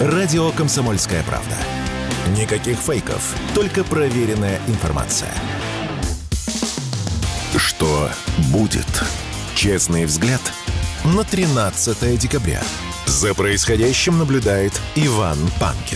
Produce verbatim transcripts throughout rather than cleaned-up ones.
Радио «Комсомольская правда». Никаких фейков, только проверенная информация. Что будет? Честный взгляд на тринадцатое декабря. За происходящим наблюдает Иван Панкин.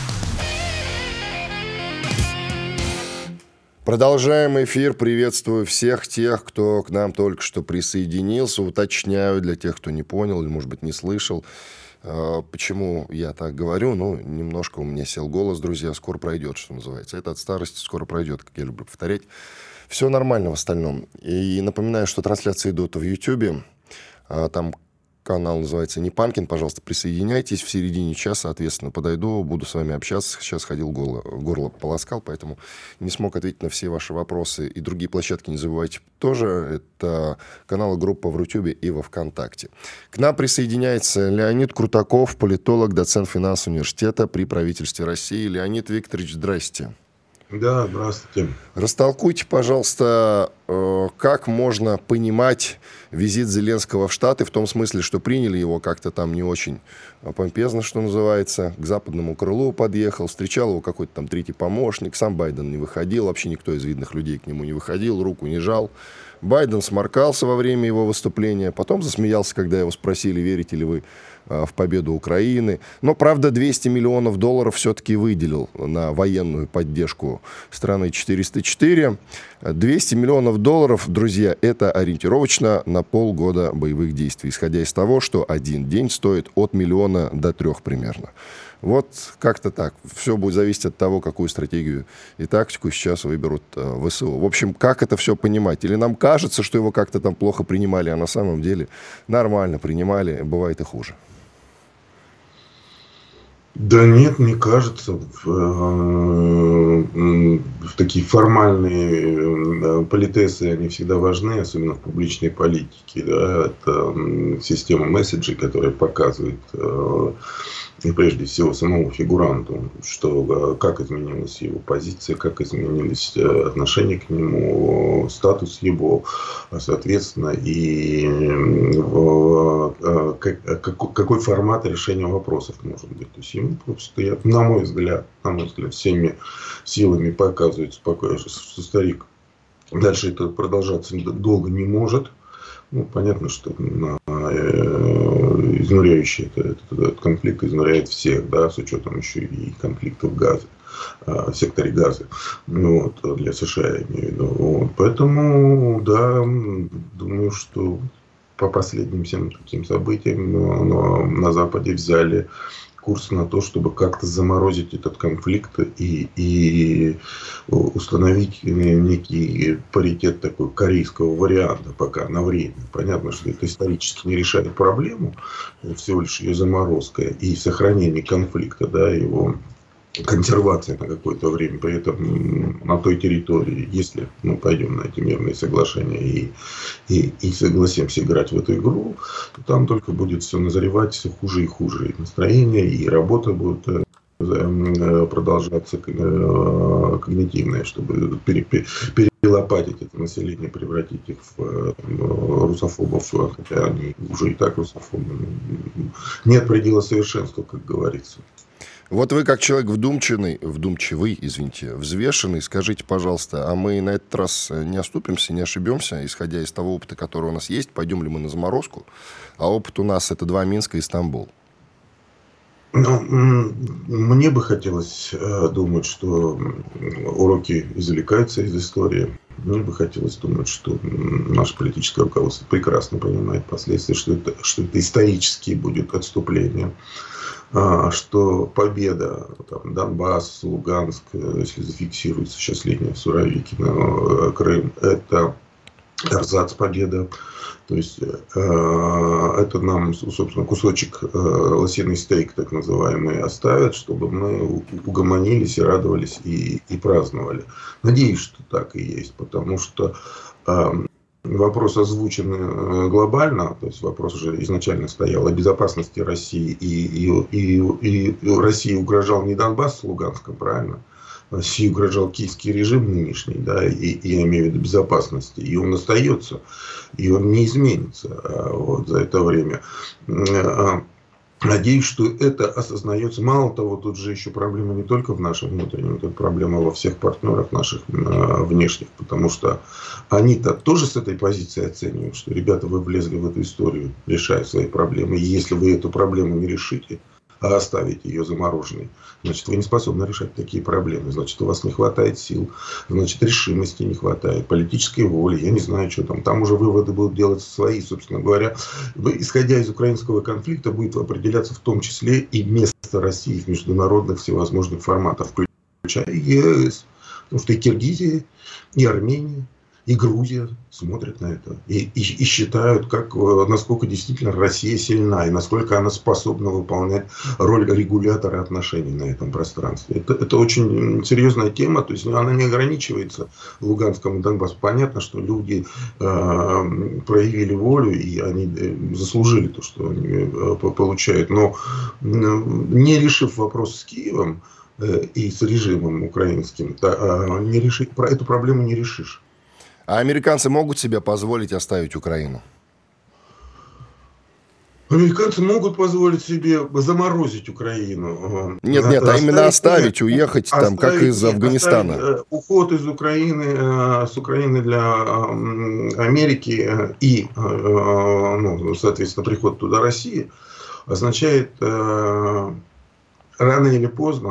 Продолжаем эфир. Приветствую всех тех, кто к нам только что присоединился. Уточняю для тех, кто не понял или, может быть, не слышал, почему я так говорю. Ну, немножко у меня сел голос, друзья. Скоро пройдет, что называется. Это от старости скоро пройдет, как я люблю повторять. Все нормально в остальном. И напоминаю, что трансляции идут в Ютьюбе. Там канал называется «Не Панкин». Пожалуйста, присоединяйтесь. В середине часа, соответственно, подойду, буду с вами общаться. Сейчас ходил, горло, горло полоскал, поэтому не смог ответить на все ваши вопросы. И другие площадки не забывайте тоже. Это каналы, группа в Рутюбе и во Вконтакте. К нам присоединяется Леонид Крутаков, политолог, доцент финансового университета при правительстве России. Леонид Викторович, здрасте. Да, здравствуйте. Растолкуйте, пожалуйста, как можно понимать визит Зеленского в Штаты, в том смысле, что приняли его как-то там не очень помпезно, что называется, к западному крылу подъехал, встречал его какой-то там третий помощник, сам Байден не выходил, вообще никто из видных людей к нему не выходил, руку не жал. Байден сморкался во время его выступления, потом засмеялся, когда его спросили, верите ли вы в победу Украины. Но, правда, двести миллионов долларов все-таки выделил на военную поддержку страны четыреста четыре. двести миллионов долларов, друзья, это ориентировочно на полгода боевых действий, исходя из того, что один день стоит от миллиона до трех примерно. Вот как-то так. Все будет зависеть от того, какую стратегию и тактику сейчас выберут э, ВСУ. В общем, как это все понимать? Или нам кажется, что его как-то там плохо принимали, а на самом деле нормально принимали, бывает и хуже? Да нет, мне кажется, в, в такие формальные политесы, они всегда важны, особенно в публичной политике. Да? Это система месседжей, которая показывает, и прежде всего, самому фигуранту, что, как изменилась его позиция, как изменились отношения к нему, статус его, соответственно, и какой формат решения вопросов может быть. То есть ему просто, я, на мой взгляд, на мой взгляд, всеми силами показывает спокойно, что старик дальше это продолжаться долго не может. Ну, понятно, что на, э, изнуряющий этот, этот, этот конфликт изнуряет всех, да, с учетом еще и конфликта в Газе, э, в секторе Газа, ну, вот, для США, я имею в виду. Вот. Поэтому, да, думаю, что по последним всем таким событиям но, но на Западе взяли курс на то, чтобы как-то заморозить этот конфликт и, и установить некий паритет такой корейского варианта пока на время. Понятно, что это исторически не решает проблему, всего лишь ее заморозка и сохранение конфликта, да, его консервация на какое-то время, при этом на той территории, если мы пойдем на эти мирные соглашения и, и, и согласимся играть в эту игру, то там только будет все назревать все хуже и хуже. И настроение, и работа будет продолжаться когнитивная, чтобы перелопатить это население, превратить их в русофобов, хотя они уже и так русофобы. Нет предела совершенства, как говорится. Вот вы, как человек вдумчивый, вдумчивый, извините, взвешенный, скажите, пожалуйста, а мы на этот раз не оступимся, не ошибемся, исходя из того опыта, который у нас есть, пойдем ли мы на заморозку, а опыт у нас это два Минска и Стамбул? Ну, мне бы хотелось думать, что уроки извлекаются из истории. Мне бы хотелось думать, что наше политическое руководство прекрасно понимает последствия, что это, что это исторически будет отступление. Что победа, там, Донбасс, Луганск, если зафиксируется сейчас линия Суровикина, Крым, это эрзац победа. То есть э, это нам, собственно, кусочек э, лосиный стейк, так называемый, оставят, чтобы мы угомонились и радовались и, и праздновали. Надеюсь, что так и есть, потому что э, вопрос озвучен глобально, то есть вопрос уже изначально стоял о безопасности России, и, и, и, и России угрожал не Донбасс с Луганском, правильно? России угрожал киевский режим нынешний, да, и, и я имею в виду безопасности, и он остается, и он не изменится вот, за это время. Надеюсь, что это осознается. Мало того, тут же еще проблема не только в нашем внутреннем, это проблема во всех партнерах наших э, внешних, потому что они-то тоже с этой позиции оценивают, что, ребята, вы влезли в эту историю, решая свои проблемы, и если вы эту проблему не решите, а оставите ее замороженной, значит, вы не способны решать такие проблемы. Значит, у вас не хватает сил, значит, решимости не хватает, политической воли, я не знаю, что там. Там уже выводы будут делать свои, собственно говоря. Исходя из украинского конфликта, будет определяться в том числе и место России в международных всевозможных форматах, включая и ЕС. Потому что и Киргизия, и Армения, и Грузия смотрят на это и, и, и считают, как, насколько действительно Россия сильна и насколько она способна выполнять роль регулятора отношений на этом пространстве. Это, это очень серьезная тема, то есть она не ограничивается Луганском и Донбассом. Понятно, что люди э, проявили волю и они заслужили то, что они э, получают, но э, не решив вопрос с Киевом э, и с режимом украинским, э, не решить, про эту проблему не решишь. А американцы могут себе позволить оставить Украину? Американцы могут позволить себе заморозить Украину. Нет, нет, а именно оставить, уехать там, оставить, как из нет, Афганистана. Оставить, уход из Украины, с Украины для Америки и, ну, соответственно, приход туда России означает рано или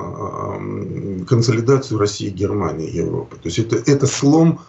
поздно консолидацию России, Германии, Европы. То есть это, это слом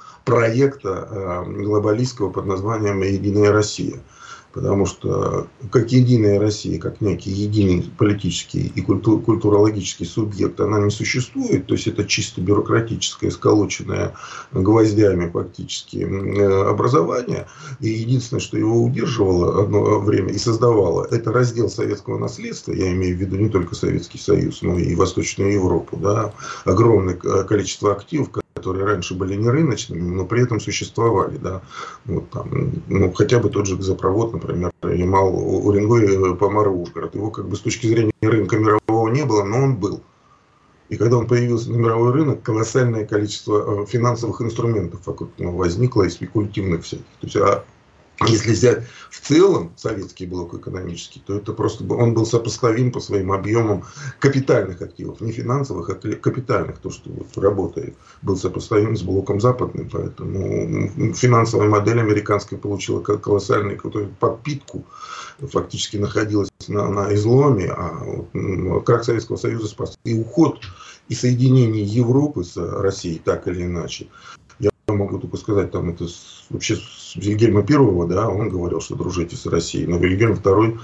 проекта глобалистского под названием «Единая Россия». Потому что как единая Россия, как некий единый политический и культур, культурологический субъект, она не существует. То есть это чисто бюрократическое, сколоченное гвоздями фактически образование. И единственное, что его удерживало одно время и создавало, это раздел советского наследства. Я имею в виду не только Советский Союз, но и Восточную Европу. Да? Огромное количество активов, которые раньше были не рыночными, но при этом существовали. Да? Вот там, ну, хотя бы тот же газопровод, например, Ямал-Уренгой, Помара-Ужгород. Его как бы с точки зрения рынка мирового не было, но он был. И когда он появился на мировой рынок, колоссальное количество финансовых инструментов вокруг него возникло и спекулятивных всяких. То есть, а если взять в целом советский блок экономический, то это просто он был сопоставим по своим объемам капитальных активов, не финансовых, а капитальных, то, что вот работает, был сопоставим с блоком западным. Поэтому финансовая модель американская получила колоссальную подпитку, фактически находилась на, на изломе, а вот, крах Советского Союза спас. И уход и соединение Европы с Россией так или иначе. Я могу только сказать, там это вообще с Вильгельма Первого, да, он говорил, что дружите с Россией. Но Вильгельм Второй,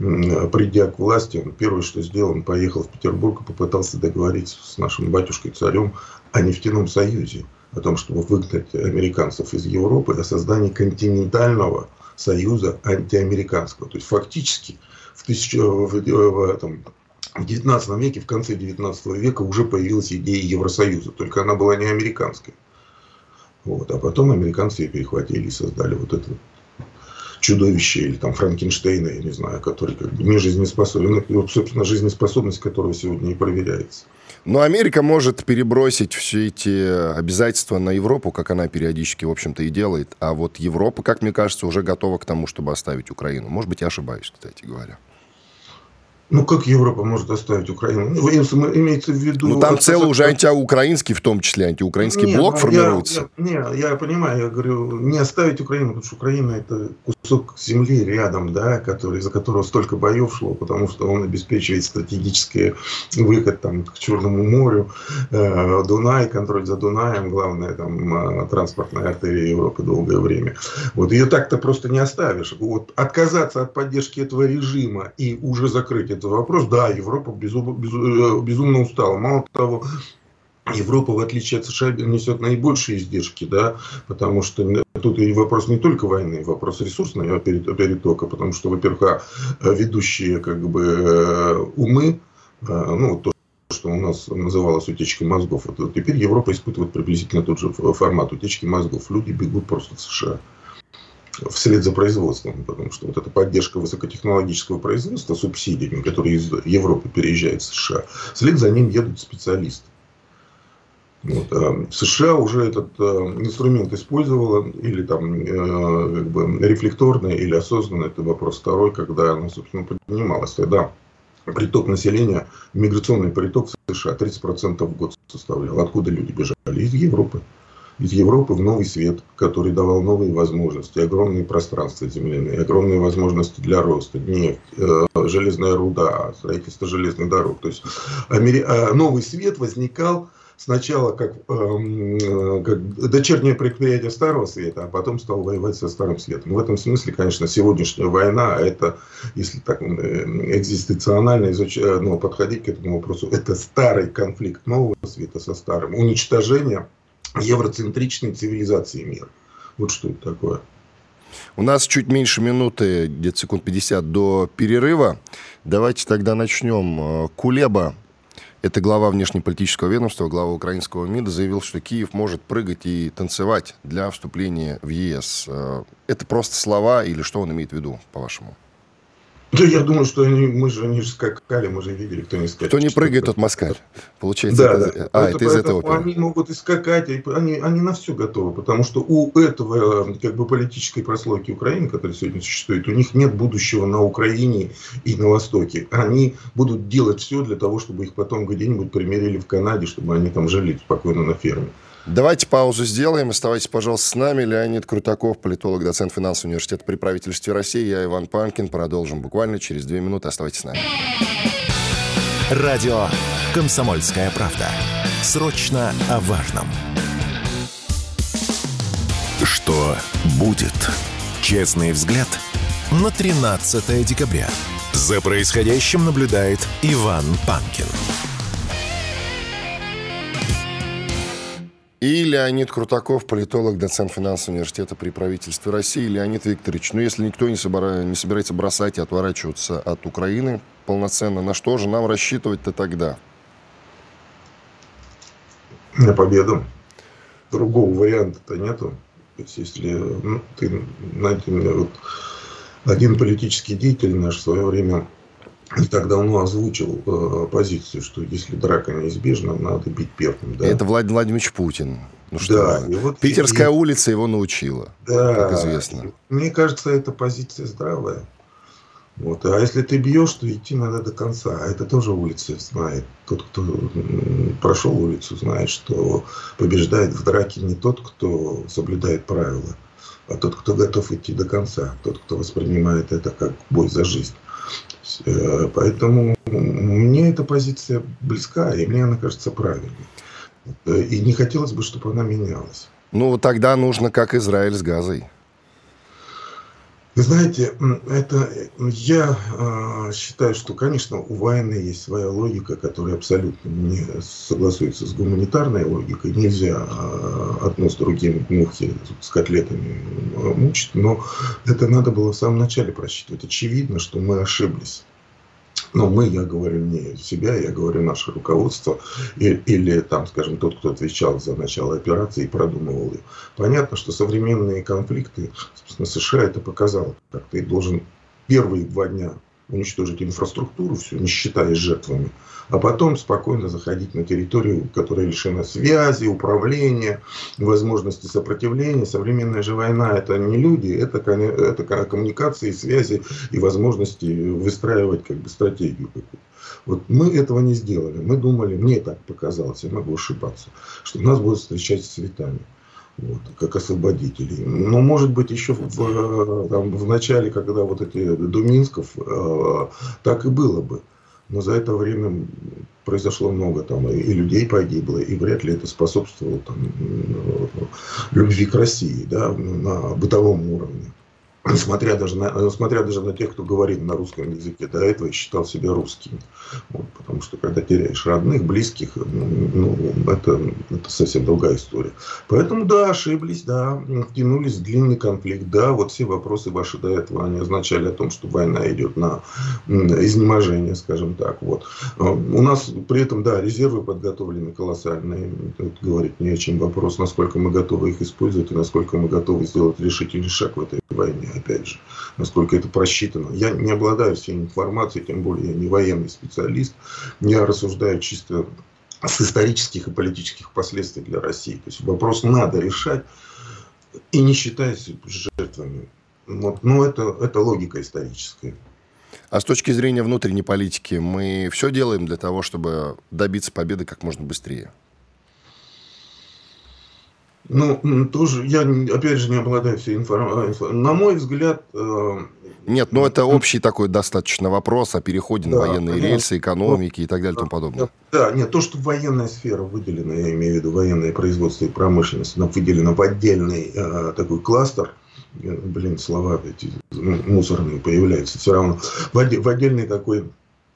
придя к власти, он первое, что сделал, он поехал в Петербург и попытался договориться с нашим батюшкой-царем о нефтяном союзе, о том, чтобы выгнать американцев из Европы, о создании континентального союза антиамериканского. То есть фактически в, тысяч... в, этом... в девятнадцатом веке, в конце девятнадцатого века уже появилась идея Евросоюза, только она была не американской. Вот. А потом американцы ее перехватили и создали вот это чудовище, или там Франкенштейна, я не знаю, который как бы не жизнеспособен. Ну, собственно, жизнеспособность которого сегодня и проверяется. Но Америка может перебросить все эти обязательства на Европу, как она периодически, в общем-то, и делает. А вот Европа, как мне кажется, уже готова к тому, чтобы оставить Украину. Может быть, я ошибаюсь, кстати говоря. Ну, как Европа может оставить Украину? Ну, имеется в виду... Ну, там целый уже антиукраинский, в том числе антиукраинский не, блок формируется. Я, я, не, я понимаю, я говорю, не оставить Украину, потому что Украина – это кусок земли рядом, да, который, за которого столько боев шло, потому что он обеспечивает стратегический выход там, к Черному морю, э, Дунай, контроль за Дунаем, главная там, транспортная артерия Европы долгое время. Вот ее так-то просто не оставишь. Вот, отказаться от поддержки этого режима и уже закрыть этот вопрос, да, Европа безум, безум, безумно устала. Мало того, Европа, в отличие от США, несет наибольшие издержки, да, потому что тут и вопрос не только войны, вопрос ресурсного перетока, потому что, во-первых, ведущие как бы умы, ну, то, что у нас называлось утечкой мозгов, вот теперь Европа испытывает приблизительно тот же формат утечки мозгов. Люди бегут просто в США вслед за производством, потому что вот эта поддержка высокотехнологического производства субсидиями, которые из Европы переезжают в США, вслед за ним едут специалисты. Вот, а США уже этот а, инструмент использовала или там а, как бы рефлекторно или осознанно, это вопрос второй, когда она, собственно, поднималась. Тогда приток населения, миграционный приток в США тридцать процентов в год составлял. Откуда люди бежали? Из Европы. Из Европы в новый свет, который давал новые возможности, огромные пространства земляные, огромные возможности для роста, нефть, э, железная руда, строительство железных дорог. То есть Амери... новый свет возникал сначала как, э, как дочернее предприятие Старого Света, а потом стал воевать со Старым Светом. В этом смысле, конечно, сегодняшняя война, это, если так экзистенционально изуч... ну, подходить к этому вопросу, это старый конфликт Нового Света со Старым. Уничтожение евроцентричной цивилизации мира. Вот что это такое. У нас чуть меньше минуты, где-то секунд пятьдесят до перерыва. Давайте тогда начнем. Кулеба, это глава внешнеполитического ведомства, глава украинского МИДа, заявил, что Киев может прыгать и танцевать для вступления в ЕС. Это просто слова или что он имеет в виду, по-вашему? Да, я думаю, что они, мы же они же скакали, мы же видели, кто не скачет. Кто не прыгает, тот москаль. Получается, да, это, да. А, это, это из этого. Они могут и скакать, они, они на все готовы, потому что у этого как бы политической прослойки Украины, которая сегодня существует, у них нет будущего на Украине и на Востоке. Они будут делать все для того, чтобы их потом где-нибудь примирили в Канаде, чтобы они там жили спокойно на ферме. Давайте паузу сделаем. Оставайтесь, пожалуйста, с нами. Леонид Крутаков, политолог, доцент финансового университета при правительстве России. Я Иван Панкин. Продолжим буквально через две минуты. Оставайтесь с нами. Радио «Комсомольская правда». Срочно о важном. Что будет? Честный взгляд на тринадцатое декабря. За происходящим наблюдает Иван Панкин. И Леонид Крутаков, политолог, доцент финансового университета при правительстве России. Леонид Викторович, ну если никто не, собира... не собирается бросать и отворачиваться от Украины полноценно, на что же нам рассчитывать-то тогда? На победу. Другого варианта-то нету. То есть, если ну, ты, знаете, вот один политический деятель наш в свое время не так давно озвучил э, позицию, что если драка неизбежна, надо бить первым. Да? Это Владимир Владимирович Путин. Ну что, да, и вот Питерская и, улица его научила, да, как известно. Мне кажется, эта позиция здравая. Вот. А если ты бьешь, то идти надо до конца. А это тоже улица знает. Тот, кто прошел улицу, знает, что побеждает в драке не тот, кто соблюдает правила, а тот, кто готов идти до конца. Тот, кто воспринимает это как бой за жизнь. Поэтому мне эта позиция близка, и мне она кажется правильной. И не хотелось бы, чтобы она менялась. Ну, тогда нужно, как Израиль с Газой. Вы знаете, это, я э, считаю, что, конечно, у войны есть своя логика, которая абсолютно не согласуется с гуманитарной логикой. Нельзя э, одно с другим мухи с котлетами мучить, но это надо было в самом начале просчитывать. Очевидно, что мы ошиблись. Но мы, я говорю не себя, я говорю наше руководство или, или там, скажем, тот, кто отвечал за начало операции и продумывал ее. Понятно, что современные конфликты, собственно, США это показало. Как ты должен первые два дня уничтожить инфраструктуру, всю, не считаясь жертвами, а потом спокойно заходить на территорию, которая лишена связи, управления, возможности сопротивления. Современная же война — это не люди, это, это коммуникации, связи и возможности выстраивать как бы стратегию какую-то. Вот мы этого не сделали. Мы думали, мне так показалось, я могу ошибаться, что нас будут встречать с цветами. Вот, как освободителей. Но, может быть, еще в, там, в начале, когда вот эти до Минсков, э, так и было бы. Но за это время произошло много там, и, и людей погибло, и вряд ли это способствовало там, любви к России, да, на бытовом уровне. Несмотря даже, на, несмотря даже на тех, кто говорит на русском языке до этого и считал себя русским. Вот, потому что когда теряешь родных, близких, ну, это, это совсем другая история. Поэтому да, ошиблись, да, втянулись в длинный конфликт. Да, вот все вопросы ваши до этого, они означали о том, что война идет на изнеможение, скажем так. Вот. У нас при этом, да, резервы подготовлены колоссальные. Тут говорить не о чем вопрос, насколько мы готовы их использовать и насколько мы готовы сделать решительный шаг в этой войне. Опять же, насколько это просчитано. Я не обладаю всей информацией, тем более я не военный специалист. Я рассуждаю чисто с исторических и политических последствий для России. То есть вопрос надо решать и не считаясь жертвами. Вот. Но это, это логика историческая. А с точки зрения внутренней политики, мы все делаем для того, чтобы добиться победы как можно быстрее? Ну, м, тоже я, н- опять же, не обладаю всей информацией. На мой взгляд, э, Нет, ну это общий такой достаточно вопрос о переходе на да, военные понятно. рельсы, экономики и так далее и тому подобное. Да, нет, то, что военная сфера выделена, я имею в виду военное производство и промышленность, она выделена в отдельный э, такой кластер, э, блин, слова эти м, мусорные появляются, все равно в, оде- в отдельный такой,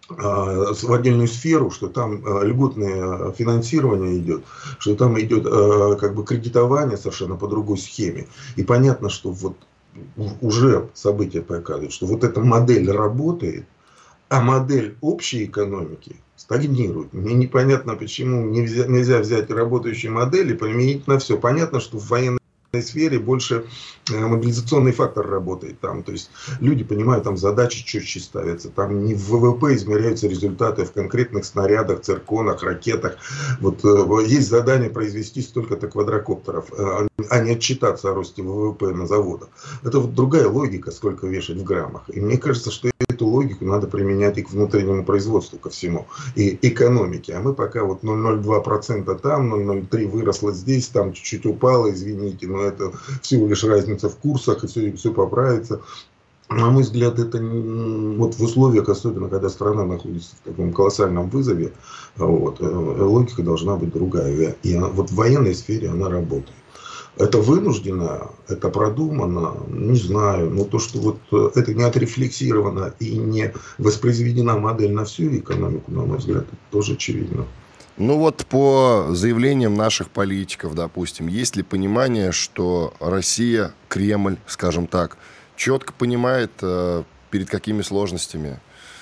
а, с- в отдельную сферу, что там а, льготное финансирование идет, что там идет а, как бы кредитование совершенно по другой схеме. И понятно, что вот у- уже события показывают, что вот эта модель работает, а модель общей экономики стагнирует. Мне непонятно, почему нельзя, нельзя взять работающую модель и применить на все. Понятно, что в военной сфере больше э, мобилизационный фактор работает там. То есть люди понимают, там задачи четче ставятся. Там не в ВВП измеряются результаты, а в конкретных снарядах, цирконах, ракетах. Вот э, есть задание произвести столько-то квадрокоптеров, э, а не отчитаться о росте ВВП на заводах. Это вот другая логика, сколько вешать в граммах. И мне кажется, что эту логику надо применять и к внутреннему производству, ко всему, и экономике. А мы пока вот ноль целых ноль два процента там, ноль целых ноль три выросло здесь, там чуть-чуть упало, извините, но это всего лишь разница в курсах, и все, и все поправится. На мой взгляд, это м, вот в условиях, особенно когда страна находится в таком колоссальном вызове, вот, э, логика должна быть другая. И она- вот в военной сфере она работает. Это вынуждено, это продумано, не знаю. Но то, что вот э, это не отрефлексировано и не воспроизведена модель на всю экономику, на мой взгляд, это тоже очевидно. Ну вот по заявлениям наших политиков, допустим, есть ли понимание, что Россия, Кремль, скажем так, четко понимает, э, перед какими сложностями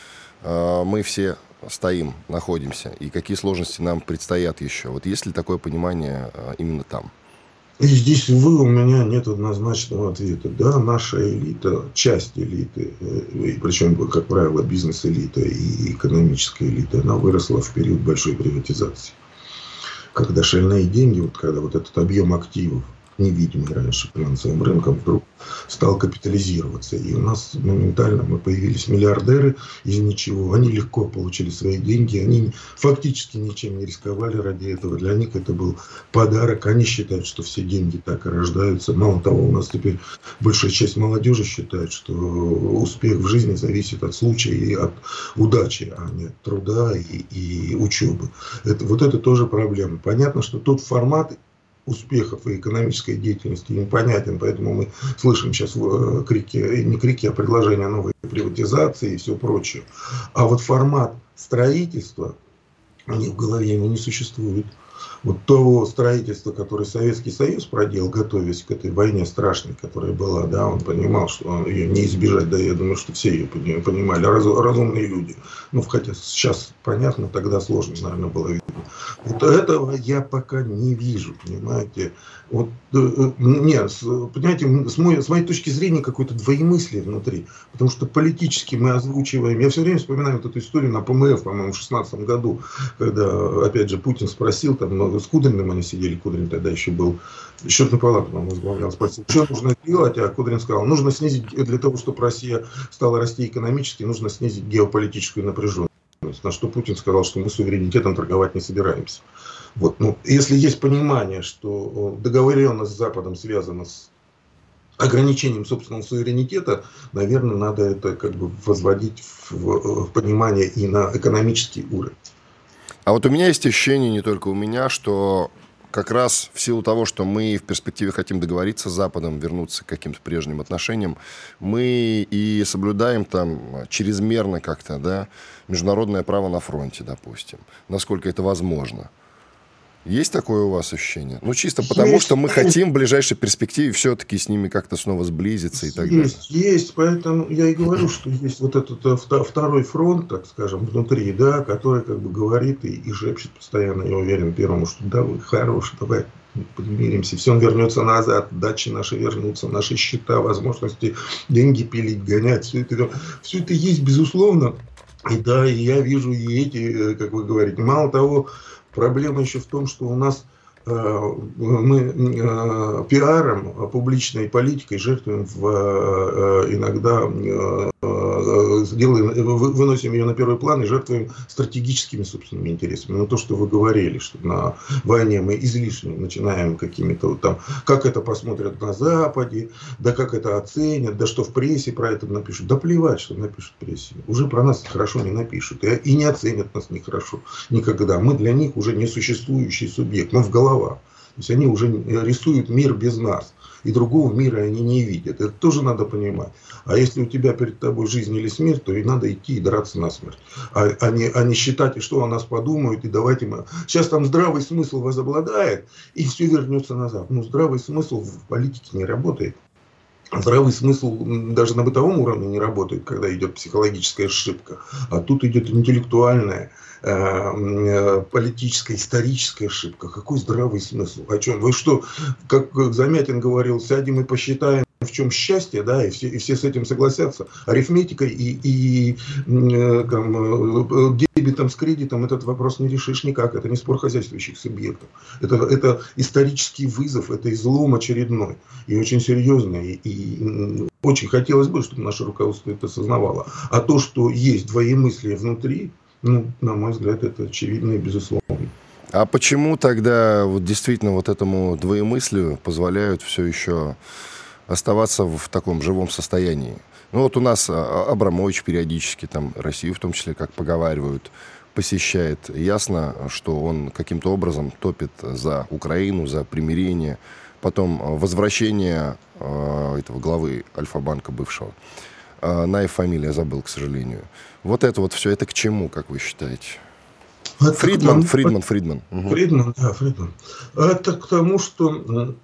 э, мы все стоим, находимся, и какие сложности нам предстоят еще? Вот есть ли такое понимание э, именно там? И здесь, увы, у меня нет однозначного ответа. Да, наша элита, часть элиты, э, и причем, как правило, бизнес-элита и экономическая элита, она выросла в период большой приватизации. Когда шальные деньги, вот когда вот этот объем активов, невидимый раньше финансовым рынком, вдруг стал капитализироваться. И у нас моментально мы появились миллиардеры из ничего. Они легко получили свои деньги. Они фактически ничем не рисковали ради этого. Для них это был подарок. Они считают, что все деньги так и рождаются. Мало того, у нас теперь большая часть молодежи считает, что успех в жизни зависит от случая и от удачи, а не от труда и, и учебы. Это, вот это тоже проблема. Понятно, что тот формат успехов и экономической деятельности непонятен, поэтому мы слышим сейчас крики, не крики, а предложения новой приватизации и все прочее. А вот формат строительства у них в голове ему не существует. Вот того строительства, которое Советский Союз проделал, готовясь к этой войне страшной, которая была, да, он понимал, что ее не избежать, да, я думаю, что все ее понимали, раз, разумные люди. Ну, хотя сейчас понятно, тогда сложно, наверное, было видно. Вот этого я пока не вижу, понимаете. Вот, э, нет, с, понимаете, с, мой, с моей точки зрения какое-то двоемыслие внутри, потому что политически мы озвучиваем, я все время вспоминаю вот эту историю на ПМФ, по-моему, в шестнадцатом году, когда, опять же, Путин спросил, там, с Кудриным они сидели, Кудрин тогда еще был, счетную палату, по-моему, возглавлял, спросил, что нужно сделать, а Кудрин сказал, нужно снизить, для того, чтобы Россия стала расти экономически, нужно снизить геополитическую напряженность. На что Путин сказал, что мы суверенитетом торговать не собираемся. Вот, ну, если есть понимание, что договоренность с Западом связана с ограничением собственного суверенитета, наверное, надо это как бы возводить в, в понимание и на экономический уровень. А вот у меня есть ощущение, не только у меня, что как раз в силу того, что мы в перспективе хотим договориться с Западом, вернуться к каким-то прежним отношениям, мы и соблюдаем там чрезмерно как-то, да, международное право на фронте, допустим, насколько это возможно. Есть такое у вас ощущение? Ну, чисто потому, Есть, что мы есть. хотим в ближайшей перспективе все-таки с ними как-то снова сблизиться и так далее. Есть, есть, поэтому я и говорю, что есть вот этот э, вто- второй фронт, так скажем, внутри, да, который как бы говорит и, и шепчет постоянно, я уверен, первому, что да, вы хороший, давай подмиримся, все вернется назад, дачи наши вернутся, наши счета, возможности деньги пилить, гонять, все это, все это есть, безусловно. И да, и я вижу и эти, э, как вы говорите, мало того, проблема еще в том, что у нас э, мы э, пиаром, публичной политикой жертвуем в, э, иногда э, делаем, выносим ее на первый план и жертвуем стратегическими собственными интересами. Но то, что вы говорили, что на войне мы излишне начинаем какими-то вот там, как это посмотрят на Западе, да как это оценят, да что в прессе про это напишут. Да плевать, что напишут в прессе. Уже про нас хорошо не напишут. И, и не оценят нас нехорошо никогда. Мы для них уже несуществующий субъект. Мы в головах. То есть они уже рисуют мир без нас. И другого мира они не видят. Это тоже надо понимать. А если у тебя перед тобой жизнь или смерть, то и надо идти и драться насмерть. А, а, не, а не считать, что о нас подумают, и давайте мы... Сейчас там здравый смысл возобладает, и все вернется назад. Ну, здравый смысл в политике не работает. Здравый смысл даже на бытовом уровне не работает, когда идет психологическая ошибка. А тут идет интеллектуальная, э, политическая, историческая ошибка. Какой здравый смысл? О чем? Вы что, как Замятин говорил, сядем и посчитаем, в чем счастье, да, и все, и все с этим согласятся. Арифметикой и, и э, там, дебетом с кредитом этот вопрос не решишь никак. Это не спор хозяйствующих субъектов. Это, это исторический вызов, это излом очередной. И очень серьезный. И, и очень хотелось бы, чтобы наше руководство это осознавало. А то, что есть двоемыслие внутри, ну, на мой взгляд, это очевидно и безусловно. А почему тогда вот действительно вот этому двоемыслию позволяют все еще оставаться в таком живом состоянии? Ну вот у нас Абрамович периодически, там Россию в том числе, как поговаривают, посещает. Ясно, что он каким-то образом топит за Украину, за примирение. Потом возвращение э, этого главы Альфа-банка бывшего. Э, Наев фамилия забыл, к сожалению. Вот это вот все, это к чему, как вы считаете? Это Фридман, тому, Фридман, Фридман. Фридман, да, Фридман. Это к тому, что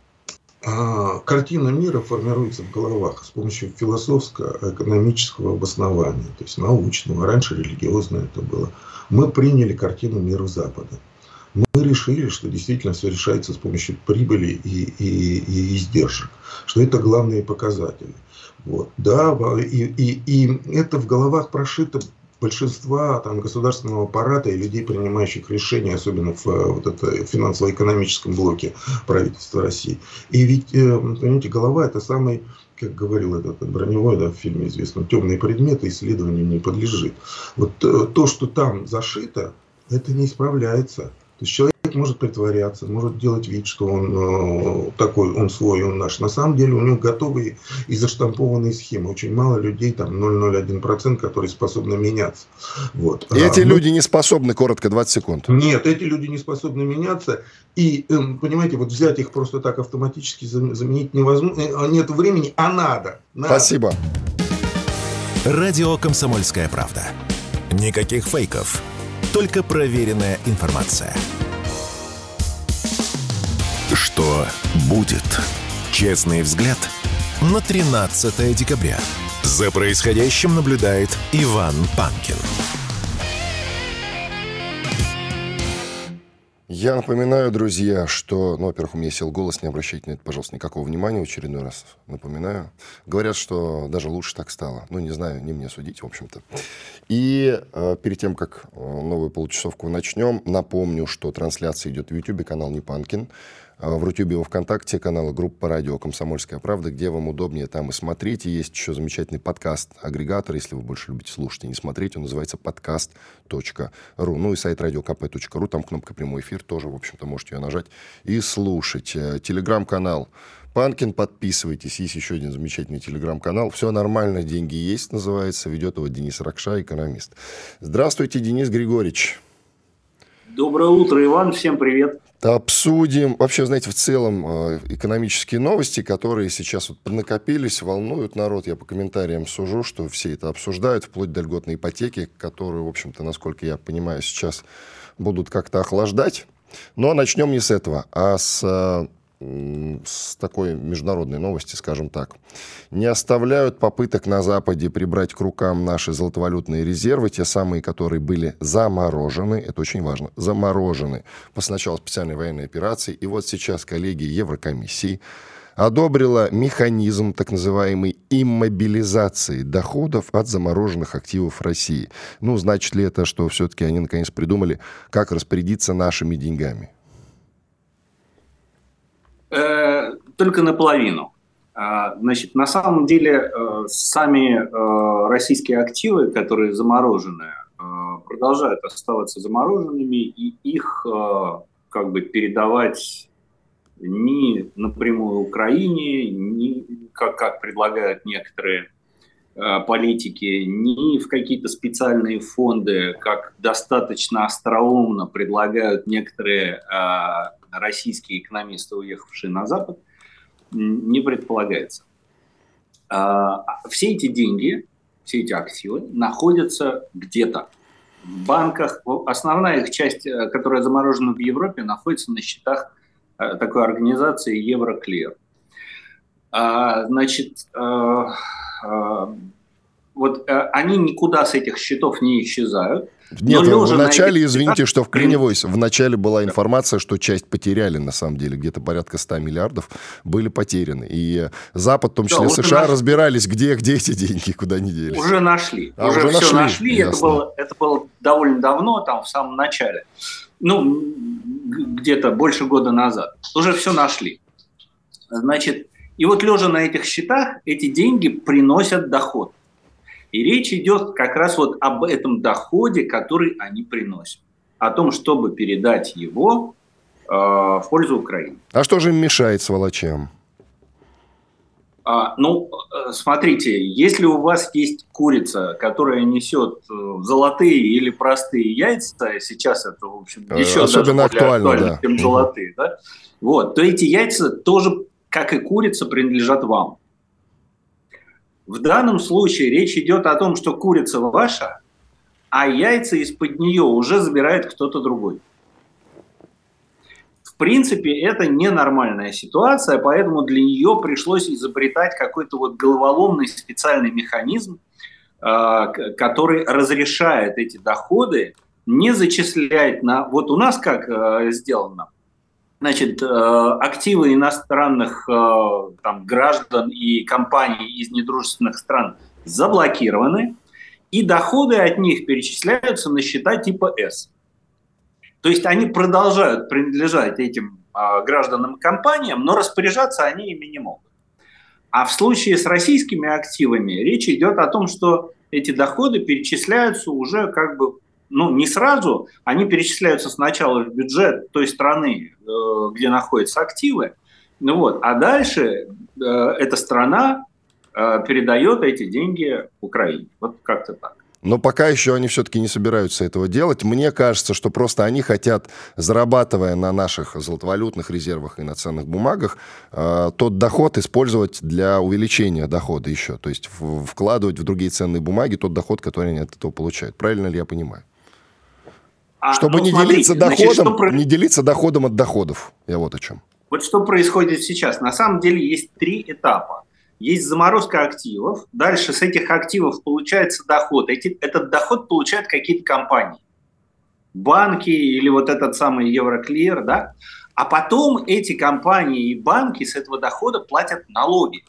а, картина мира формируется в головах с помощью философского, экономического обоснования, то есть научного. Раньше религиозное это было. Мы приняли картину мира Запада. Мы решили, что действительно все решается с помощью прибыли и, и, и издержек, что это главные показатели. Вот. Да, и, и, и это в головах прошито большинства там, государственного аппарата и людей, принимающих решения, особенно в вот это, финансово-экономическом блоке правительства России. И ведь, понимаете, голова — это самый, как говорил этот Броневой, да, в фильме известном, темные предметы исследованию не подлежит. Вот то, что там зашито, это не исправляется. То есть человек может притворяться, может делать вид, что он э, такой, он свой, он наш. На самом деле у него готовые и заштампованные схемы. Очень мало людей, там ноль целых ноль один процент, которые способны меняться. Вот. И эти а, люди не способны, коротко, двадцать секунд. Нет, эти люди не способны меняться. И, э, понимаете, вот взять их просто так автоматически заменить невозможно. Нет времени, а надо. надо. Спасибо. Радио «Комсомольская правда». Никаких фейков. Только проверенная информация. Что будет? Честный взгляд на тринадцатое декабря. За происходящим наблюдает Иван Панкин. Я напоминаю, друзья, что, ну, во-первых, у меня сел голос, не обращайте на это, пожалуйста, никакого внимания, в очередной раз напоминаю. Говорят, что даже лучше так стало. Ну, не знаю, не мне судить, в общем-то. И э, перед тем, как новую получасовку начнем, напомню, что трансляция идет в Ютубе, канал Непанкин. В Рутюбе, во ВКонтакте, каналы группы радио «Комсомольская правда», где вам удобнее, там и смотрите. Есть еще замечательный подкаст-агрегатор, если вы больше любите слушать и не смотреть, он называется подкаст точка ру. Ну и сайт радио ка пэ точка ру, там кнопка «Прямой эфир», тоже, в общем-то, можете ее нажать и слушать. Телеграм-канал Панкин, подписывайтесь. Есть еще один замечательный телеграм-канал. Все нормально, деньги есть, называется. Ведет его Денис Ракша, экономист. Здравствуйте, Денис Григорьевич. Доброе утро, Иван. Всем привет. Обсудим. Вообще, знаете, в целом экономические новости, которые сейчас вот накопились, волнуют народ. Я по комментариям сужу, что все это обсуждают, вплоть до льготной ипотеки, которую, в общем-то, насколько я понимаю, сейчас будут как-то охлаждать. Но начнем не с этого, а с... с такой международной новости, скажем так. Не оставляют попыток на Западе прибрать к рукам наши золотовалютные резервы, те самые, которые были заморожены, это очень важно, заморожены по сначала специальной военной операции, и вот сейчас коллегия Еврокомиссии одобрила механизм так называемой иммобилизации доходов от замороженных активов России. Ну, значит ли это, что все-таки они наконец придумали, как распорядиться нашими деньгами? Только наполовину. Значит, на самом деле сами российские активы, которые заморожены, э, продолжают оставаться замороженными, и их э, как бы передавать ни напрямую Украине, ни, как, как предлагают некоторые э, политики, ни в какие-то специальные фонды, как достаточно остроумно предлагают некоторые э, российские экономисты, уехавшие на Запад, не предполагается. Э, все эти деньги, все эти активы находятся где-то в банках. Основная их часть, которая заморожена в Европе, находится на счетах такой организации Евроклир. А, значит, а, а, вот а, они никуда с этих счетов не исчезают. Нет, в начале, извините, что вклиниваюсь, в начале была информация, что часть потеряли, на самом деле, где-то порядка ста миллиардов были потеряны. И Запад, в том числе да, США, наш... разбирались, где, где эти деньги, куда они делись. Уже нашли. А, уже, уже все нашли, нашли. Это было, это было довольно давно, там, в самом начале. Ну, где-то больше года назад. Уже все нашли. Значит, и вот лежа на этих счетах, эти деньги приносят доход. И речь идет как раз вот об этом доходе, который они приносят. О том, чтобы передать его э, в пользу Украины. А что же им мешает, сволочам? А, ну, смотрите, если у вас есть курица, которая несет золотые или простые яйца, сейчас это, в общем, еще особенно даже более актуально, актуально, да. чем золотые, да? Вот, то эти яйца тоже, как и курица, принадлежат вам. В данном случае речь идет о том, что курица ваша, а яйца из-под нее уже забирает кто-то другой. В принципе, это ненормальная ситуация, поэтому для нее пришлось изобретать какой-то вот головоломный специальный механизм, который разрешает эти доходы не зачислять на... Вот у нас как сделано? Значит, активы иностранных там, граждан и компаний из недружественных стран заблокированы, и доходы от них перечисляются на счета типа С. То есть они продолжают принадлежать этим гражданам и компаниям, но распоряжаться они ими не могут. А в случае с российскими активами речь идет о том, что эти доходы перечисляются уже как бы ну, не сразу, они перечисляются сначала в бюджет той страны, где находятся активы, ну вот, а дальше э, эта страна э, передает эти деньги Украине. Вот как-то так. Но пока еще они все-таки не собираются этого делать. Мне кажется, что просто они хотят, зарабатывая на наших золотовалютных резервах и на ценных бумагах, э, тот доход использовать для увеличения дохода еще. То есть в, вкладывать в другие ценные бумаги тот доход, который они от этого получают. Правильно ли я понимаю? А, Чтобы ну, не, смотрите, делиться доходом, значит, про... не делиться доходом от доходов. Я вот о чем. Вот что происходит сейчас. На самом деле есть три этапа. Есть заморозка активов. Дальше с этих активов получается доход. Эти, этот доход получают какие-то компании. Банки или вот этот самый Евроклир. Да? А потом эти компании и банки с этого дохода платят налоги.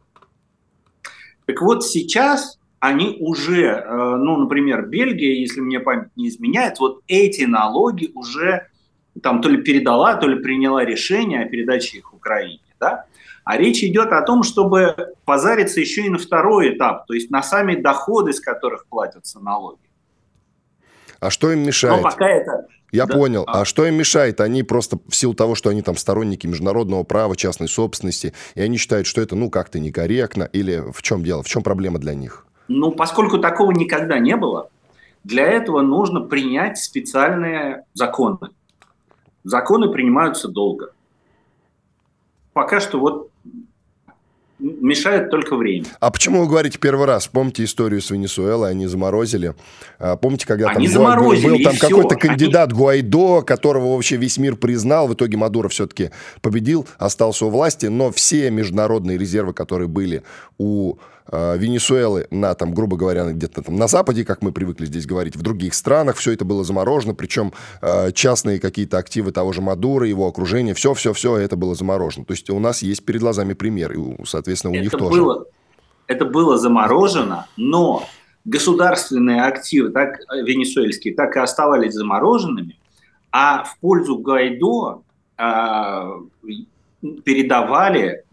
Так вот сейчас... они уже, ну, например, Бельгия, если мне память не изменяет, вот эти налоги уже там то ли передала, то ли приняла решение о передаче их Украине, да? А речь идет о том, чтобы позариться еще и на второй этап, то есть на сами доходы, с которых платятся налоги. А что им мешает? Но пока это... Я да. понял. А что им мешает? Они просто в силу того, что они там сторонники международного права, частной собственности, и они считают, что это, ну, как-то некорректно, или в чем дело? В чем проблема для них? Ну, поскольку такого никогда не было, для этого нужно принять специальные законы. Законы принимаются долго. Пока что вот мешает только время. А почему вы говорите первый раз? Помните историю с Венесуэлой, они заморозили. Помните, когда они там был, был там какой-то все. кандидат они... Гуайдо, которого вообще весь мир признал, в итоге Мадуро все-таки победил, остался у власти, но все международные резервы, которые были у э, Венесуэлы на, там, грубо говоря, где-то там на Западе, как мы привыкли здесь говорить, в других странах, все это было заморожено, причем э, частные какие-то активы того же Мадуро, его окружения, все-все-все это было заморожено. То есть у нас есть перед глазами пример, и, соответственно, у это них было, тоже. Это было заморожено, но государственные активы, так венесуэльские, так и оставались замороженными, а в пользу Гуайдо э, передавали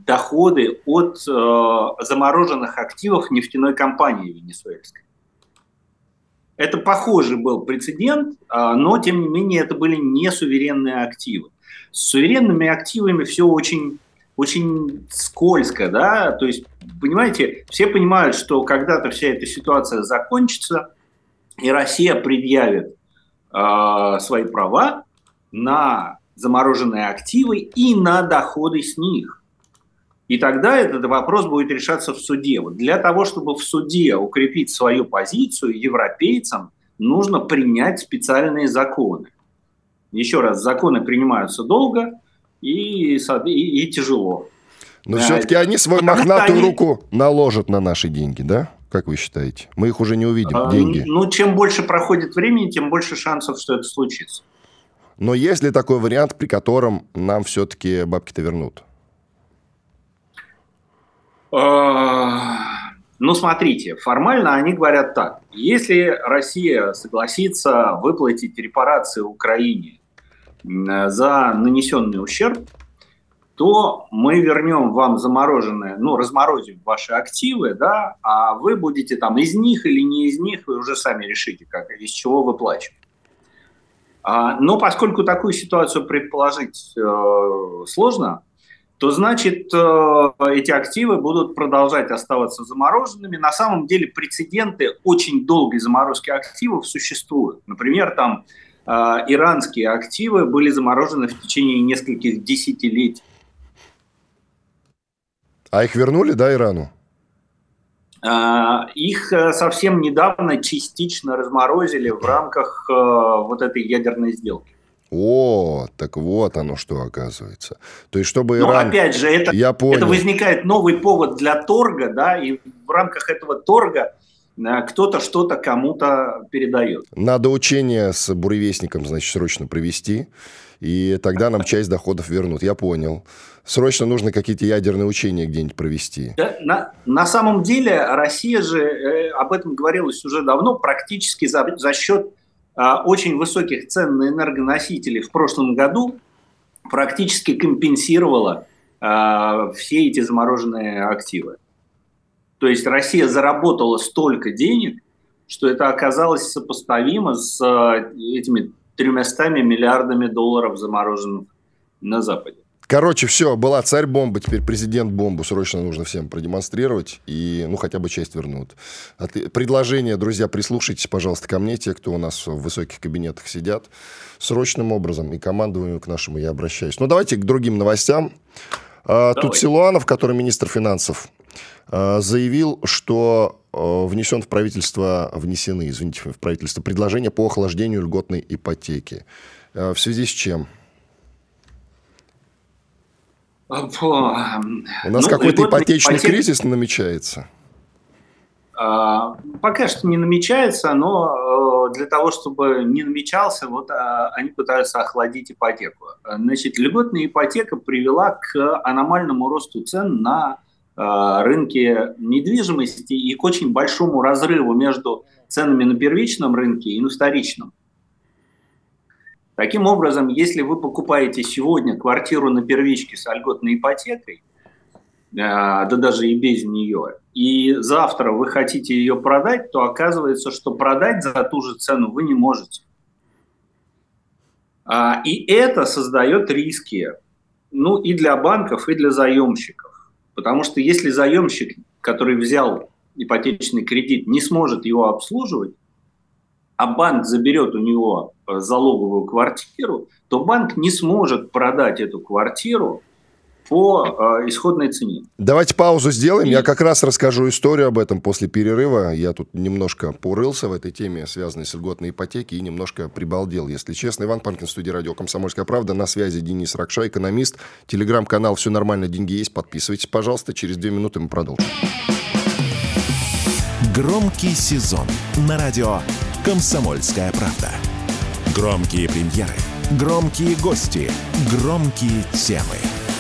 доходы от э, замороженных активов нефтяной компании венесуэльской. Это похожий был прецедент, но, тем не менее, это были не суверенные активы. С суверенными активами все очень, очень скользко, да, то есть, понимаете, все понимают, что когда-то вся эта ситуация закончится, и Россия предъявит э, свои права на замороженные активы и на доходы с них. И тогда этот вопрос будет решаться в суде. Вот для того, чтобы в суде укрепить свою позицию, европейцам нужно принять специальные законы. Еще раз, законы принимаются долго и, и, и тяжело. Но все-таки они свою мохнатую они... руку наложат на наши деньги, да? Как вы считаете? Мы их уже не увидим, а, деньги. Ну, чем больше проходит времени, тем больше шансов, что это случится. Но есть ли такой вариант, при котором нам все-таки бабки-то вернут? Ну, смотрите, формально они говорят так. Если Россия согласится выплатить репарации Украине за нанесенный ущерб, то мы вернем вам замороженные, ну, разморозим ваши активы, да, а вы будете там из них или не из них, вы уже сами решите, как, из чего выплачивать. Но поскольку такую ситуацию предположить э, сложно, то значит э, эти активы будут продолжать оставаться замороженными. На самом деле прецеденты очень долгой заморозки активов существуют. Например, там э, иранские активы были заморожены в течение нескольких десятилетий. А их вернули, да, Ирану? Их совсем недавно частично разморозили в рамках вот этой ядерной сделки. О, так вот оно что оказывается. То есть, чтобы Иран... Но опять же, это, Я понял. это возникает новый повод для торга, да, и в рамках этого торга кто-то что-то кому-то передает. Надо учение с буревестником, значит, срочно провести, и тогда нам часть доходов вернут. Я понял. Срочно нужно какие-то ядерные учения где-нибудь провести. Да, на, на самом деле Россия же, э, об этом говорилось уже давно, практически за, за счет э, очень высоких цен на энергоносители в прошлом году практически компенсировала э, все эти замороженные активы. То есть Россия заработала столько денег, что это оказалось сопоставимо с э, этими тремястами миллиардами долларов, замороженных на Западе. Короче, все, была царь-бомба, теперь президент-бомбу срочно нужно всем продемонстрировать, и, ну, хотя бы часть вернут. Предложение, друзья, прислушайтесь, пожалуйста, ко мне, те, кто у нас в высоких кабинетах сидят, срочным образом, и командованию к нашему я обращаюсь. Ну, давайте к другим новостям. Давай. Тут Силуанов, который министр финансов, заявил, что внесен в правительство, внесены, извините, в правительство предложения по охлаждению льготной ипотеки. В связи с чем? У нас ну, какой-то ипотечный ипотек... кризис намечается? А, пока что не намечается, но для того, чтобы не намечался, вот а, они пытаются охладить ипотеку. Значит, льготная ипотека привела к аномальному росту цен на а, рынке недвижимости и к очень большому разрыву между ценами на первичном рынке и на вторичном. Таким образом, если вы покупаете сегодня квартиру на первичке с льготной ипотекой, да даже и без нее, и завтра вы хотите ее продать, то оказывается, что продать за ту же цену вы не можете. И это создает риски, ну, и для банков, и для заемщиков. Потому что если заемщик, который взял ипотечный кредит, не сможет его обслуживать, а банк заберет у него залоговую квартиру, то банк не сможет продать эту квартиру по э, исходной цене. Давайте паузу сделаем. И... Я как раз расскажу историю об этом после перерыва. Я тут немножко порылся в этой теме, связанной с льготной ипотекой, и немножко прибалдел, если честно. Иван Панкин, студия радио «Комсомольская правда». На связи Денис Ракша, экономист. Телеграм-канал «Все нормально, деньги есть». Подписывайтесь, пожалуйста. Через две минуты мы продолжим. Громкий сезон на радио «Комсомольская правда». Громкие премьеры, громкие гости, громкие темы.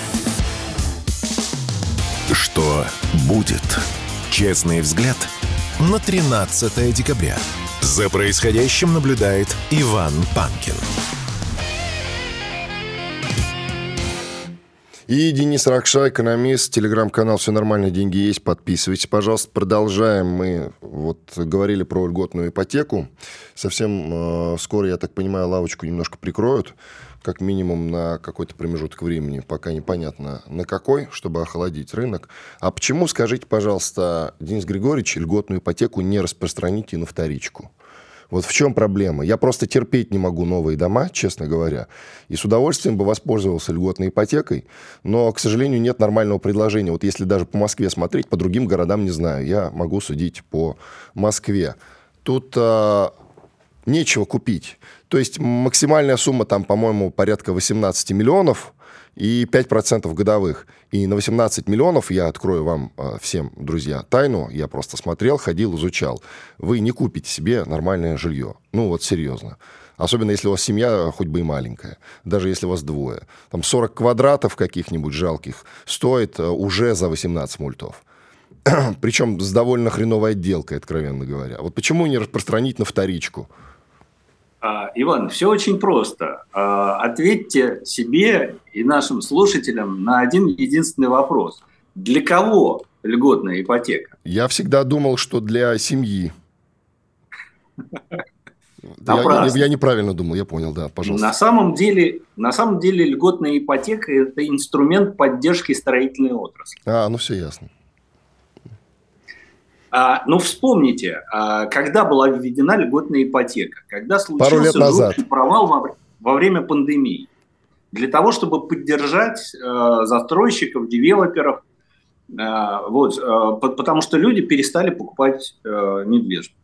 Что будет? Честный взгляд на тринадцатое декабря. За происходящим наблюдает Иван Панкин. И Денис Ракша, экономист, телеграм-канал «Все нормально, деньги есть». Подписывайтесь, пожалуйста. Продолжаем. Мы вот говорили про льготную ипотеку. Совсем э, скоро, я так понимаю, лавочку немножко прикроют. Как минимум на какой-то промежуток времени. Пока непонятно на какой, чтобы охладить рынок. А почему, скажите, пожалуйста, Денис Григорьевич, льготную ипотеку не распространите на вторичку? Вот в чем проблема? Я просто терпеть не могу новые дома, честно говоря. И с удовольствием бы воспользовался льготной ипотекой. Но, к сожалению, нет нормального предложения. Вот если даже по Москве смотреть, по другим городам не знаю. Я могу судить по Москве. Тут а, нечего купить. То есть максимальная сумма там, по-моему, порядка восемнадцать миллионов и пять процентов годовых. И на восемнадцать миллионов, я открою вам э, всем, друзья, тайну, я просто смотрел, ходил, изучал. Вы не купите себе нормальное жилье. Ну вот серьезно. Особенно если у вас семья хоть бы и маленькая. Даже если у вас двое. Там сорок квадратов каких-нибудь жалких стоит э, уже за восемнадцать мультов. Причем с довольно хреновой отделкой, откровенно говоря. Вот почему не распространить на вторичку? Иван, все очень просто. Ответьте себе и нашим слушателям на один единственный вопрос. Для кого льготная ипотека? Я всегда думал, что для семьи. Я, я, я неправильно думал, я понял, да, пожалуйста. На самом деле, на самом деле льготная ипотека – это инструмент поддержки строительной отрасли. А, ну все ясно. А, ну, вспомните, а, когда была введена льготная ипотека, когда Пару лет случился назад. жуткий провал во, во время пандемии. Для того, чтобы поддержать а, застройщиков, девелоперов, а, вот, а, по, потому что люди перестали покупать а, недвижимость.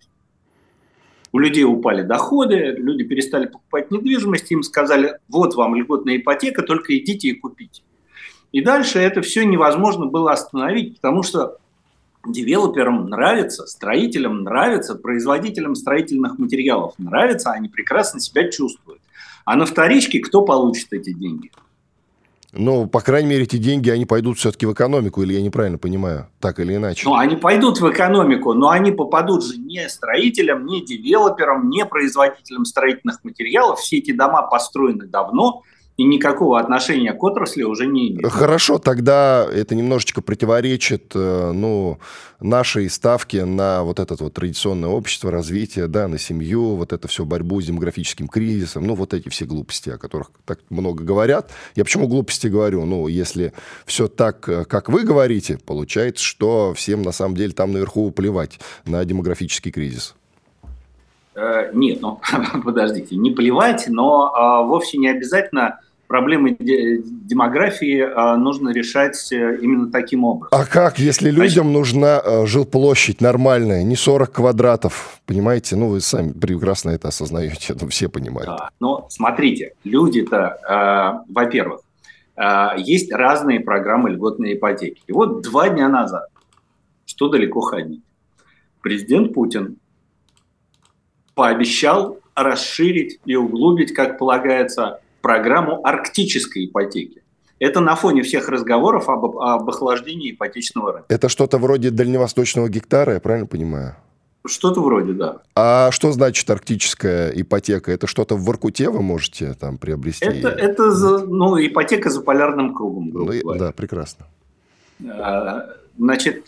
У людей упали доходы, люди перестали покупать недвижимость, им сказали, вот вам льготная ипотека, только идите и купите. И дальше это все невозможно было остановить, потому что девелоперам нравится, строителям нравится, производителям строительных материалов нравится, они прекрасно себя чувствуют. А на вторичке кто получит эти деньги? Ну, по крайней мере, эти деньги, они пойдут все-таки в экономику, или я неправильно понимаю, так или иначе? Ну, они пойдут в экономику, но они попадут же не строителям, не девелоперам, не производителям строительных материалов. Все эти дома построены давно, и никакого отношения к отрасли уже не имеет. Хорошо, тогда это немножечко противоречит ну, нашей ставке на вот это вот традиционное общество, развитие, да, на семью, вот это все, борьбу с демографическим кризисом, ну, вот эти все глупости, о которых так много говорят. Я почему глупости говорю? Ну, если все так, как вы говорите, получается, что всем на самом деле там наверху плевать на демографический кризис. Нет, ну, подождите, не плевать, но а, вовсе не обязательно проблемы демографии а, нужно решать именно таким образом. А как, если людям Значит, нужна а, жилплощадь нормальная, не сорок квадратов, понимаете? Ну, вы сами прекрасно это осознаете, это все понимают. Да, но смотрите, люди-то, а, во-первых, а, есть разные программы льготной ипотеки. И вот два дня назад, что далеко ходить, президент Путин пообещал расширить и углубить, как полагается, программу арктической ипотеки. Это на фоне всех разговоров об, об охлаждении ипотечного рынка. Это что-то вроде дальневосточного гектара, я правильно понимаю? Что-то вроде, да. А что значит арктическая ипотека? Это что-то в Воркуте вы можете там приобрести? Это, это за, ну, ипотека за полярным кругом. Ну, да, прекрасно. Значит,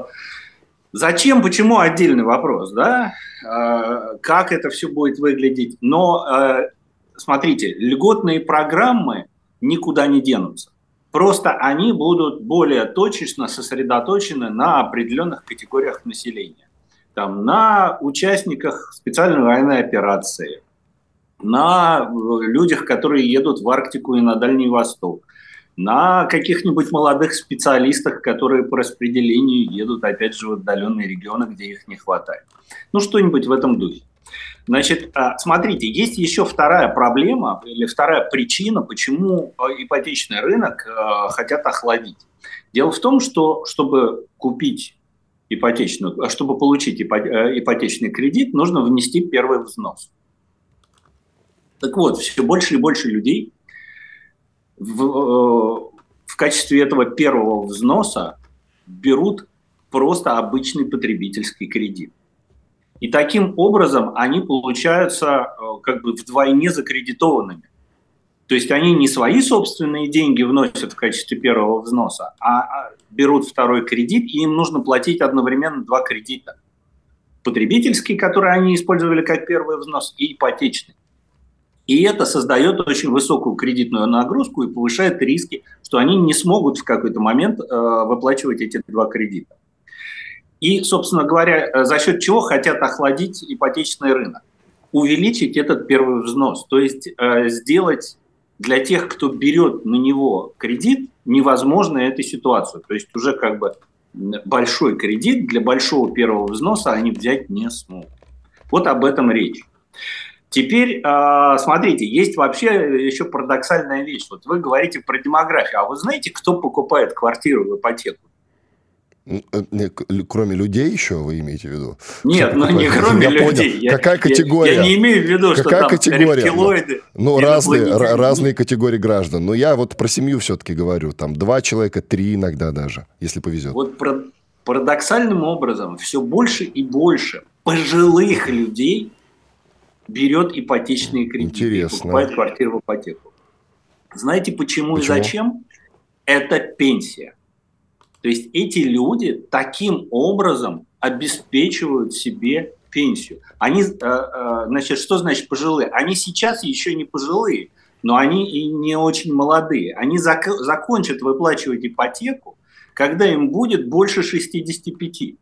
зачем, почему, отдельный вопрос, да? Как это все будет выглядеть? Но, смотрите, льготные программы никуда не денутся. Просто они будут более точечно сосредоточены на определенных категориях населения. Там, на участниках специальной военной операции, на людях, которые едут в Арктику и на Дальний Восток, на каких-нибудь молодых специалистах, которые по распределению едут, опять же, в отдаленные регионы, где их не хватает. Ну, что-нибудь в этом духе. Значит, смотрите, есть еще вторая проблема или вторая причина, почему ипотечный рынок хотят охладить. Дело в том, что чтобы купить ипотечную, чтобы получить ипотечный кредит, нужно внести первый взнос. Так вот, все больше и больше людей в, в качестве этого первого взноса берут просто обычный потребительский кредит. И таким образом они получаются как бы вдвойне закредитованными. То есть они не свои собственные деньги вносят в качестве первого взноса, а берут второй кредит, и им нужно платить одновременно два кредита. Потребительский, который они использовали как первый взнос, и ипотечный. И это создает очень высокую кредитную нагрузку и повышает риски, что они не смогут в какой-то момент э, выплачивать эти два кредита. И, собственно говоря, за счет чего хотят охладить ипотечный рынок? Увеличить этот первый взнос, то есть э, сделать для тех, кто берет на него кредит, невозможной эту ситуацию. То есть уже как бы большой кредит для большого первого взноса они взять не смогут. Вот об этом речь. Теперь, смотрите, есть вообще еще парадоксальная вещь. Вот вы говорите про демографию, а вы знаете, кто покупает квартиру в ипотеку? Кроме людей еще, вы имеете в виду? Нет, ну не кроме я людей. Я, Какая категория? Я, я не имею в виду, что Какая там категория? рептилоиды. Ну, разные, разные категории граждан. Но я вот про семью все-таки говорю. Там два человека, три иногда даже, если повезет. Вот про, парадоксальным образом все больше и больше пожилых людей берет ипотечные кредиты. Интересно. И покупает квартиру в ипотеку. Знаете почему, почему и зачем? Это пенсия. То есть эти люди таким образом обеспечивают себе пенсию. Они, значит, что значит пожилые? Они сейчас еще не пожилые, но они и не очень молодые. Они зак- закончат выплачивать ипотеку, когда им будет больше шестидесяти пяти.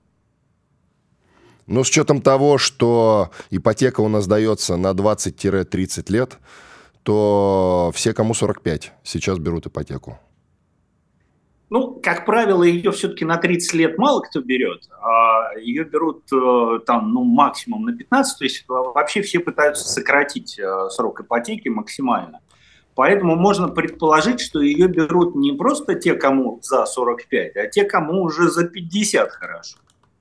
Но с учетом того, что ипотека у нас дается на двадцать-тридцать лет, то все, кому сорок пять, сейчас берут ипотеку. Ну, как правило, ее все-таки на тридцать лет мало кто берет. А ее берут там, ну, максимум на пятнадцать. То есть вообще все пытаются сократить срок ипотеки максимально. Поэтому можно предположить, что ее берут не просто те, кому за сорок пять, а те, кому уже за пятьдесят хорошо.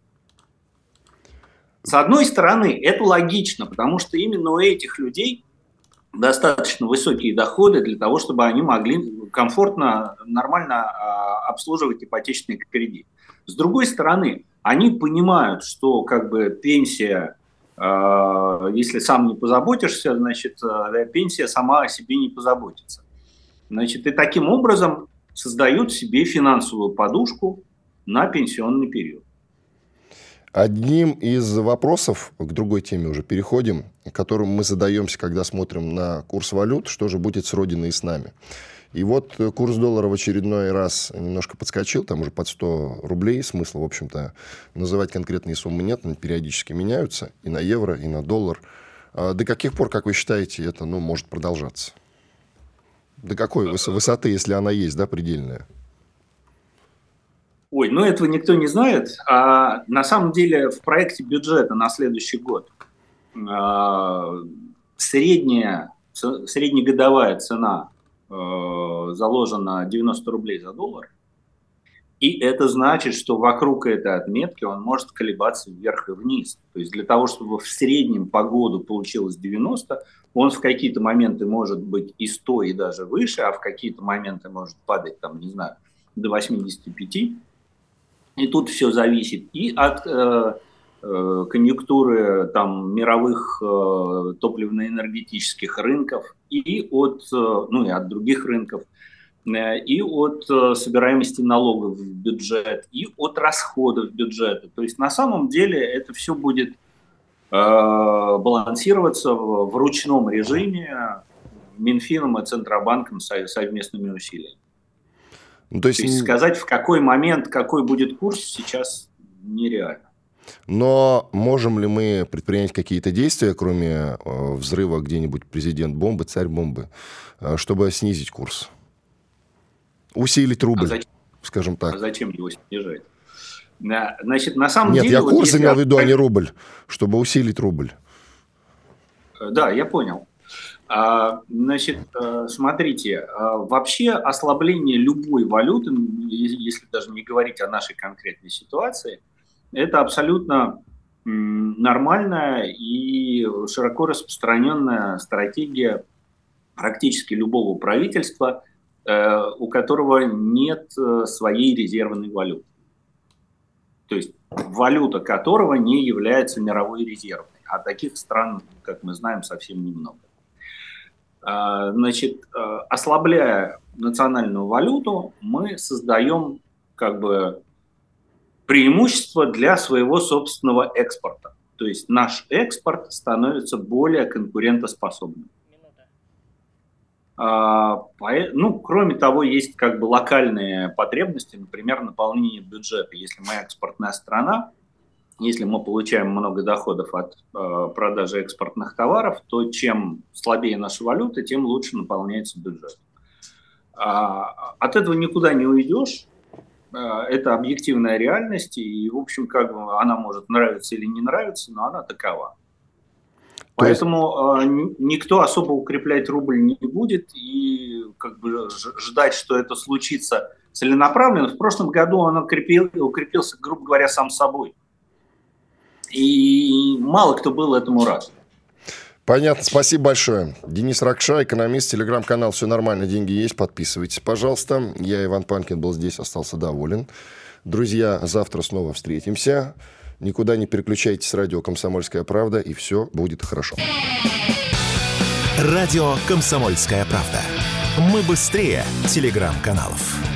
С одной стороны, это логично, потому что именно у этих людей достаточно высокие доходы для того, чтобы они могли комфортно, нормально а, обслуживать ипотечный кредит. С другой стороны, они понимают, что как бы пенсия, а, если сам не позаботишься, значит, пенсия сама о себе не позаботится. Значит, и таким образом создают себе финансовую подушку на пенсионный период. Одним из вопросов, к другой теме уже переходим, которым мы задаемся, когда смотрим на курс валют, что же будет с Родиной и с нами. И вот курс доллара в очередной раз немножко подскочил, там уже под сто рублей, смысла, в общем-то, называть конкретные суммы нет, они периодически меняются и на евро, и на доллар. А до каких пор, как вы считаете, это ну, может продолжаться? До какой высоты, если она есть, да, предельная? Ой, ну этого никто не знает. А на самом деле в проекте бюджета на следующий год а, средняя, среднегодовая цена а, заложена девяносто рублей за доллар. И это значит, что вокруг этой отметки он может колебаться вверх и вниз. То есть для того, чтобы в среднем по году получилось девяносто, он в какие-то моменты может быть и сто, и даже выше, а в какие-то моменты может падать, там, не знаю, до восьмидесяти пяти. И тут все зависит и от э, э, конъюнктуры там, мировых э, топливно-энергетических рынков, и от, э, ну, и от других рынков, э, и от э, собираемости налогов в бюджет, и от расходов бюджета. То есть на самом деле это все будет э, балансироваться в, в ручном режиме Минфином и Центробанком со, совместными усилиями. Ну, то есть... то есть сказать, в какой момент, какой будет курс, сейчас нереально. Но можем ли мы предпринять какие-то действия, кроме э, взрыва где-нибудь президент-бомбы, царь-бомбы, э, чтобы снизить курс? Усилить рубль, а зачем, скажем так. А зачем его снижать? Значит, на самом Нет, деле... я курс вот имел в виду, а не рубль, чтобы усилить рубль. Да, я понял. Значит, смотрите, вообще ослабление любой валюты, если даже не говорить о нашей конкретной ситуации, это абсолютно нормальная и широко распространенная стратегия практически любого правительства, у которого нет своей резервной валюты. То есть валюта которого не является мировой резервной, а таких стран, как мы знаем, совсем немного. Значит, ослабляя национальную валюту, мы создаем как бы преимущество для своего собственного экспорта. То есть наш экспорт становится более конкурентоспособным. Ну, кроме того, есть как бы локальные потребности, например, наполнение бюджета. Если мы экспортная страна, если мы получаем много доходов от э, продажи экспортных товаров, то чем слабее наша валюта, тем лучше наполняется бюджет. А, от этого никуда не уйдешь. А, это объективная реальность, и, в общем, как бы она может нравиться или не нравиться, но она такова. То Поэтому есть... э, никто особо укреплять рубль не будет, и как бы ждать, что это случится целенаправленно. В прошлом году он укрепил, укрепился, грубо говоря, сам собой. И мало кто был этому рад. Понятно, спасибо большое. Денис Ракша, экономист, телеграм-канал «Все нормально, деньги есть». Подписывайтесь, пожалуйста. Я, Иван Панкин, был здесь, остался доволен. Друзья, завтра снова встретимся. Никуда не переключайтесь, радио «Комсомольская правда», и все будет хорошо. Радио «Комсомольская правда». Мы быстрее телеграм-каналов.